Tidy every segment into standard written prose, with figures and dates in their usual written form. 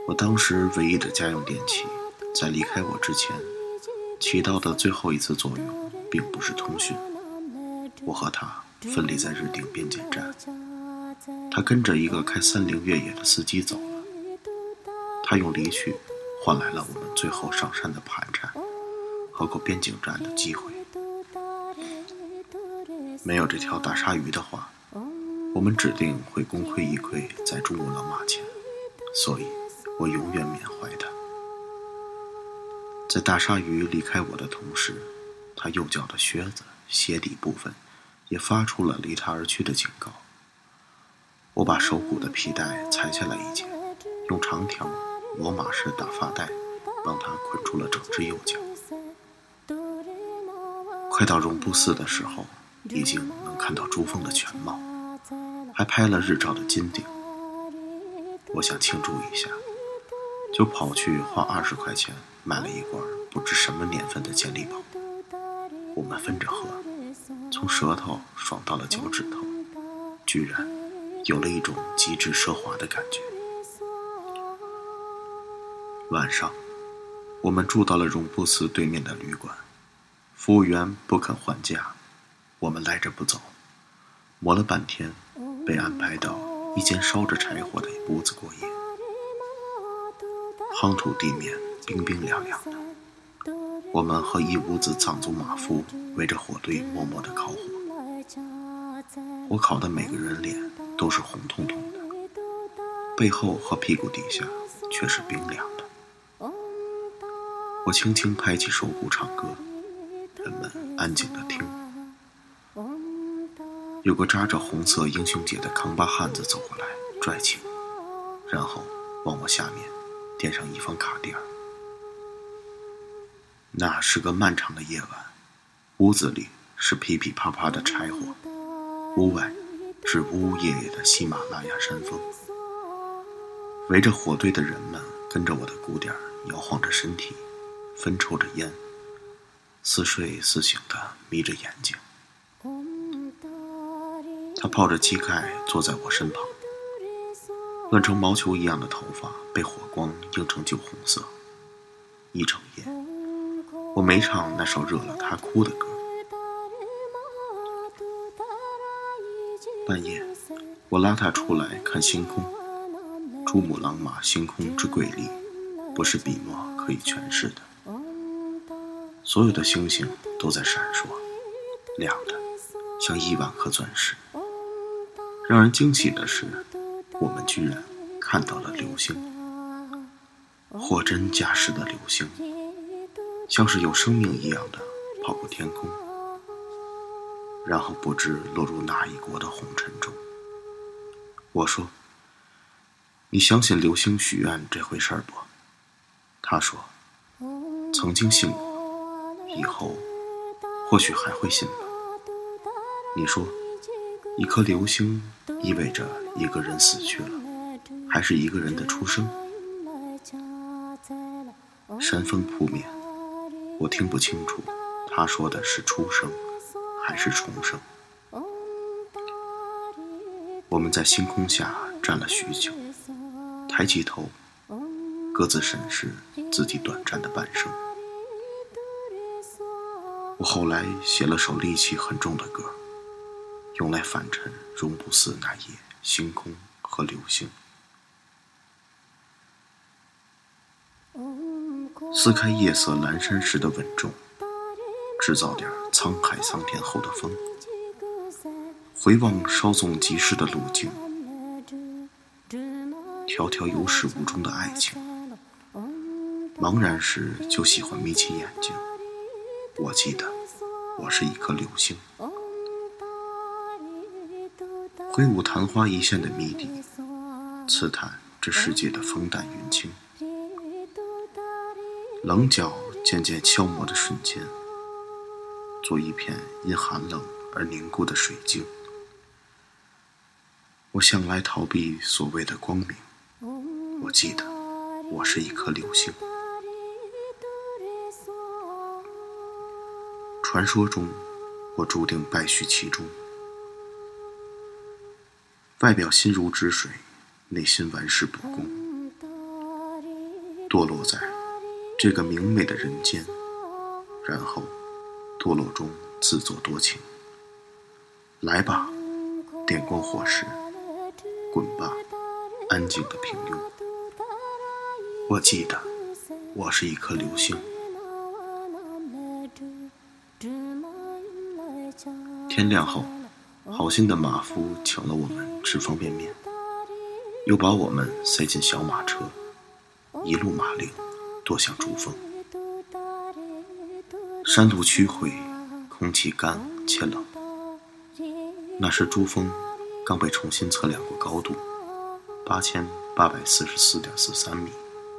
我当时唯一的家用电器，在离开我之前起到的最后一次作用，并不是通讯。我和他分离在日定边检站，他跟着一个开30越野的司机走了。他用离去换来了我们最后上山的盘缠和过边境站的机会。没有这条大鲨鱼的话，我们指定会功亏一篑在珠穆朗玛前，所以我永远缅怀他。在大鲨鱼离开我的同时，他右脚的靴子鞋底部分也发出了离他而去的警告。我把手骨的皮带裁下来一截，用长条罗马式打发带帮他捆住了整只右脚。快到绒布寺的时候，已经能看到珠峰的全貌，还拍了日照的金顶。我想庆祝一下，就跑去花20块钱买了一罐不知什么年份的健力宝。我们分着喝，从舌头爽到了脚趾头，居然有了一种极致奢华的感觉。晚上，我们住到了绒布寺对面的旅馆，服务员不肯还价，我们赖着不走，磨了半天，被安排到一间烧着柴火的屋子过夜。夯土地面冰冰凉凉的，我们和一屋子藏族马夫围着火堆默默地烤火。我烤的每个人脸都是红彤彤的，背后和屁股底下却是冰凉的。我轻轻拍起手鼓唱歌，人们安静地听。有个扎着红色英雄结的康巴汉子走过来，拽起我，然后往我下面垫上一方卡垫。那是个漫长的夜晚，屋子里是噼噼啪啪的柴火，屋外是呜呜咽咽的喜马拉雅山峰。围着火堆的人们跟着我的鼓点摇晃着身体，分抽着烟，似睡似醒的眯着眼睛。他泡着膝盖坐在我身旁，乱成毛球一样的头发被火光映成酒红色。一整夜我没唱那首惹了他哭的歌。半夜我拉他出来看星空。珠穆朗玛星空之瑰丽，不是笔墨可以诠释的。所有的星星都在闪烁，亮的像1万颗钻石。让人惊喜的是，我们居然看到了流星，货真价实的流星，像是有生命一样的跑过天空，然后不知落入哪一国的红尘中。我说，你相信流星许愿这回事儿不？他说，曾经信过，以后或许还会信吧。你说，一颗流星意味着一个人死去了，还是一个人的出生？山峰扑面，我听不清楚他说的是出生还是重生。我们在星空下站了许久，抬起头，各自审视自己短暂的半生。我后来写了首戾气很重的歌，用来反衬绒布寺那夜星空和流星。撕开夜色阑珊时的稳重，制造点沧海桑田后的风。回望稍纵即逝的路径，条条有始无终的爱情。茫然时就喜欢眯起眼睛，我记得我是一颗流星，挥舞昙花一现的谜底，刺探这世界的风淡云轻。棱角渐渐消磨的瞬间，做一片因寒冷而凝固的水晶。我向来逃避所谓的光明，我记得我是一颗流星。传说中我注定败絮其中，外表心如止水，内心顽世不恭。 堕落在这个明媚的人间，然后堕落中自作多情。来吧，电光火石，滚吧，安静的平庸。我记得我是一颗流星。天亮后，好心的马夫请了我们吃方便面，又把我们塞进小马车，一路马铃跺向珠峰。山路曲回，空气干且冷。那时珠峰刚被重新测量过高度，8844.43米。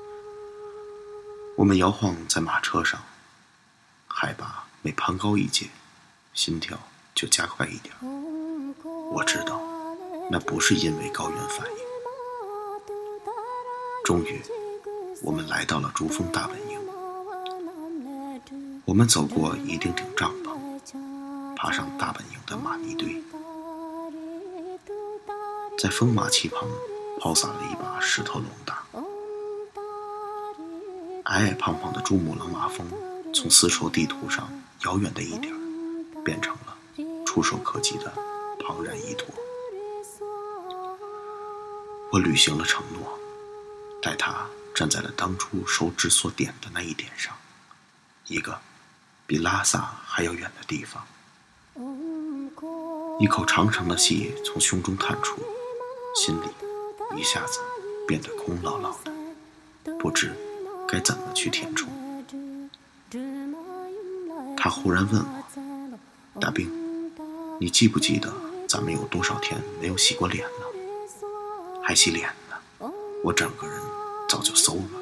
我们摇晃在马车上，海拔每攀高一截，心跳就加快一点。我知道那不是因为高原反应。终于我们来到了珠峰大本营。我们走过一顶顶帐篷，爬上大本营的马泥堆，在风马旗旁抛洒了一把石头笼大。矮矮胖胖的珠穆朗玛峰从丝绸地图上遥远的一点变成了触手可及的庞然一坨。我履行了承诺，带他站在了当初手指所点的那一点上，一个比拉萨还要远的地方。一口长长的气从胸中探出，心里一下子变得空落落的，不知该怎么去填充。他忽然问我：大兵，你记不记得咱们有多少天没有洗过脸了？还洗脸呢，我整个人早就馊了。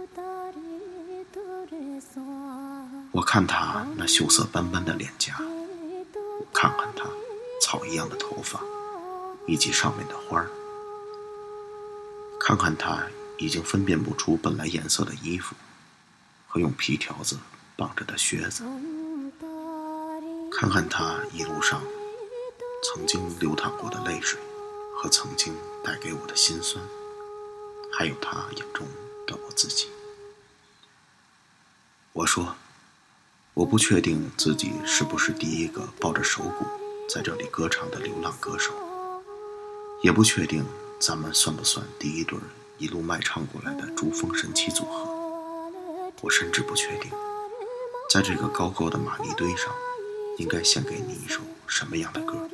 我看他那羞涩斑斑的脸颊，我看看他草一样的头发以及上面的花儿，看看他已经分辨不出本来颜色的衣服和用皮条子绑着的靴子，看看他一路上曾经流淌过的泪水和曾经带给我的辛酸，还有他眼中的我自己。我说，我不确定自己是不是第一个抱着手鼓在这里歌唱的流浪歌手，也不确定咱们算不算第一对一路卖唱过来的珠峰神奇组合。我甚至不确定在这个高高的马泥堆上应该献给你一首什么样的歌。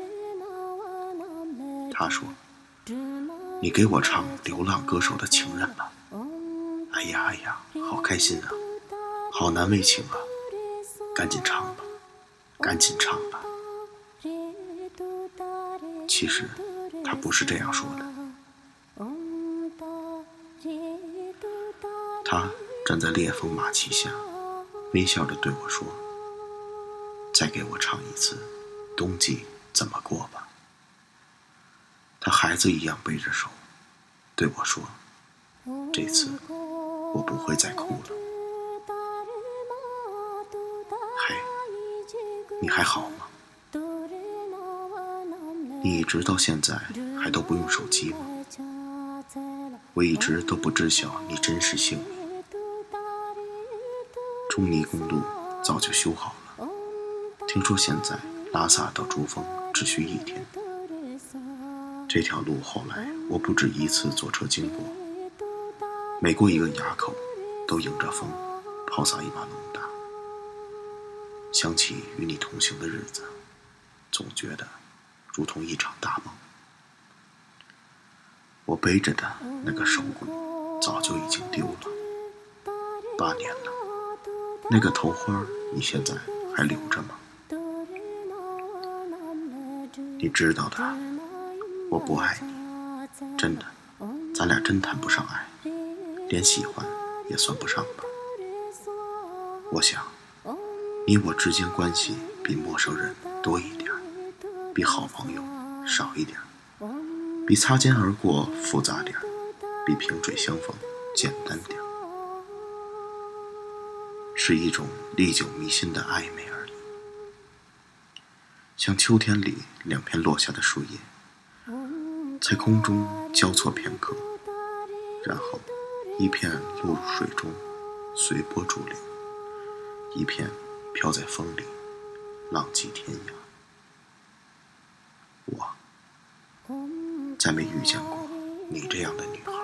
他说，你给我唱流浪歌手的情人吧。哎呀哎呀，好开心啊，好难为情啊，赶紧唱吧，赶紧唱吧。其实他不是这样说的。他站在烈风马旗下，微笑着对我说，再给我唱一次冬季怎么过吧。他孩子一样背着手对我说，这次我不会再哭了。嘿，你还好吗？你一直到现在还都不用手机吗？我一直都不知晓你真实姓名。中尼公路早就修好了，听说现在拉萨到珠峰只需1天。这条路后来我不止一次坐车经过，每过一个垭口都迎着风抛洒一把龙大。想起与你同行的日子，总觉得如同一场大梦。我背着的那个手鼓早就已经丢了，8年了。那个头花你现在还留着吗？你知道的，我不爱你，真的，咱俩真谈不上爱，连喜欢也算不上吧。我想你我之间关系比陌生人多一点，比好朋友少一点，比擦肩而过复杂点，比萍水相逢简单点，是一种历久弥新的暧昧而已。像秋天里2片落下的树叶，在空中交错片刻，然后一片落入水中，随波逐流；一片飘在风里，浪迹天涯。我再没遇见过你这样的女孩。